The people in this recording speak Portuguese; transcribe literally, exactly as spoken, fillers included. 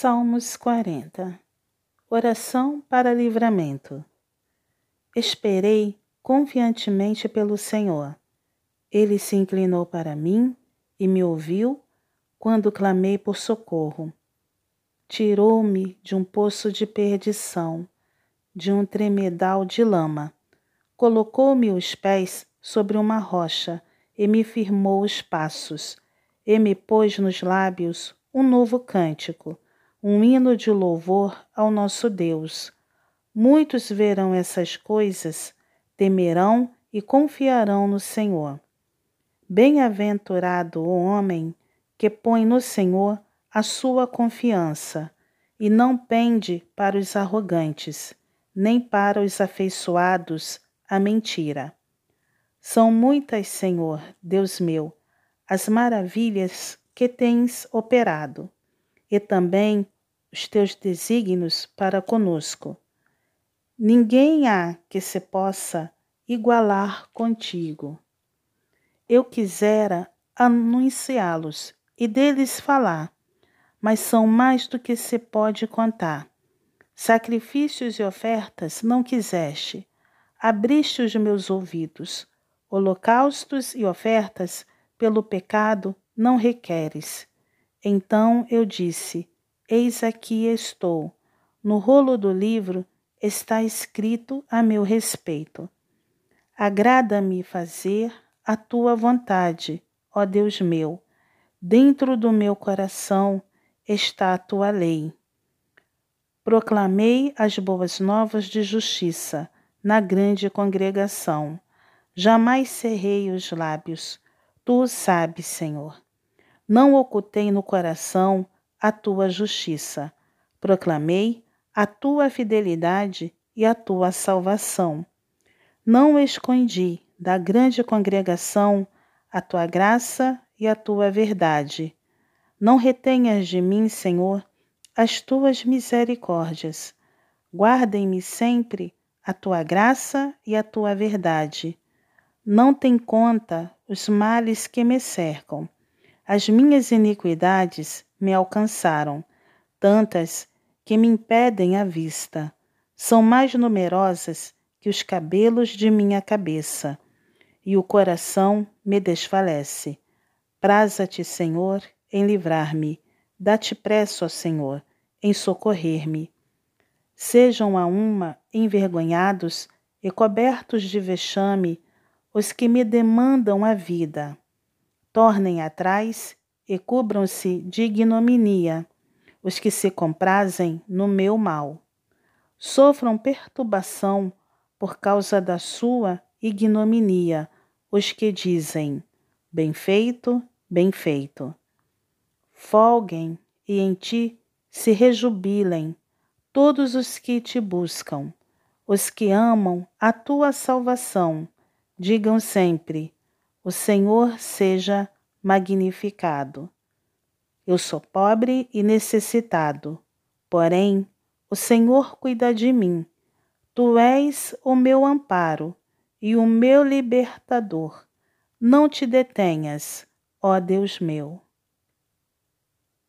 Salmos quarenta. Oração para livramento. Esperei confiantemente pelo Senhor. Ele se inclinou para mim e me ouviu quando clamei por socorro. Tirou-me de um poço de perdição, de um tremedal de lama. Colocou-me os pés sobre uma rocha e me firmou os passos, e me pôs nos lábios um novo cântico, um hino de louvor ao nosso Deus. Muitos verão essas coisas, temerão e confiarão no Senhor. Bem-aventurado o homem que põe no Senhor a sua confiança e não pende para os arrogantes, nem para os afeiçoados à mentira. São muitas, Senhor, Deus meu, as maravilhas que tens operado, e também os teus desígnios para conosco. Ninguém há que se possa igualar contigo. Eu quisera anunciá-los e deles falar, mas são mais do que se pode contar. Sacrifícios e ofertas não quiseste, abriste os meus ouvidos. Holocaustos e ofertas pelo pecado não requeres. Então eu disse: eis aqui estou. No rolo do livro está escrito a meu respeito. Agrada-me fazer a tua vontade, ó Deus meu. Dentro do meu coração está a tua lei. Proclamei as boas novas de justiça na grande congregação. Jamais cerrei os lábios. Tu o sabes, Senhor. Não ocultei no coração a tua justiça. Proclamei a tua fidelidade e a tua salvação. Não escondi da grande congregação a tua graça e a tua verdade. Não retenhas de mim, Senhor, as tuas misericórdias. Guardem-me sempre a tua graça e a tua verdade. Não tem conta os males que me cercam. As minhas iniquidades me alcançaram, tantas que me impedem a vista. São mais numerosas que os cabelos de minha cabeça, e o coração me desfalece. Praza-te, Senhor, em livrar-me. Dá-te pressa, ó Senhor, em socorrer-me. Sejam a uma envergonhados e cobertos de vexame os que me demandam a vida. Tornem atrás e cubram-se de ignominia os que se comprazem no meu mal. Sofram perturbação por causa da sua ignominia os que dizem: bem feito, bem feito. Folguem e em ti se rejubilem todos os que te buscam, os que amam a tua salvação. Digam sempre: o Senhor seja magnificado. Eu sou pobre e necessitado, porém o Senhor cuida de mim. Tu és o meu amparo e o meu libertador. Não te detenhas, ó Deus meu.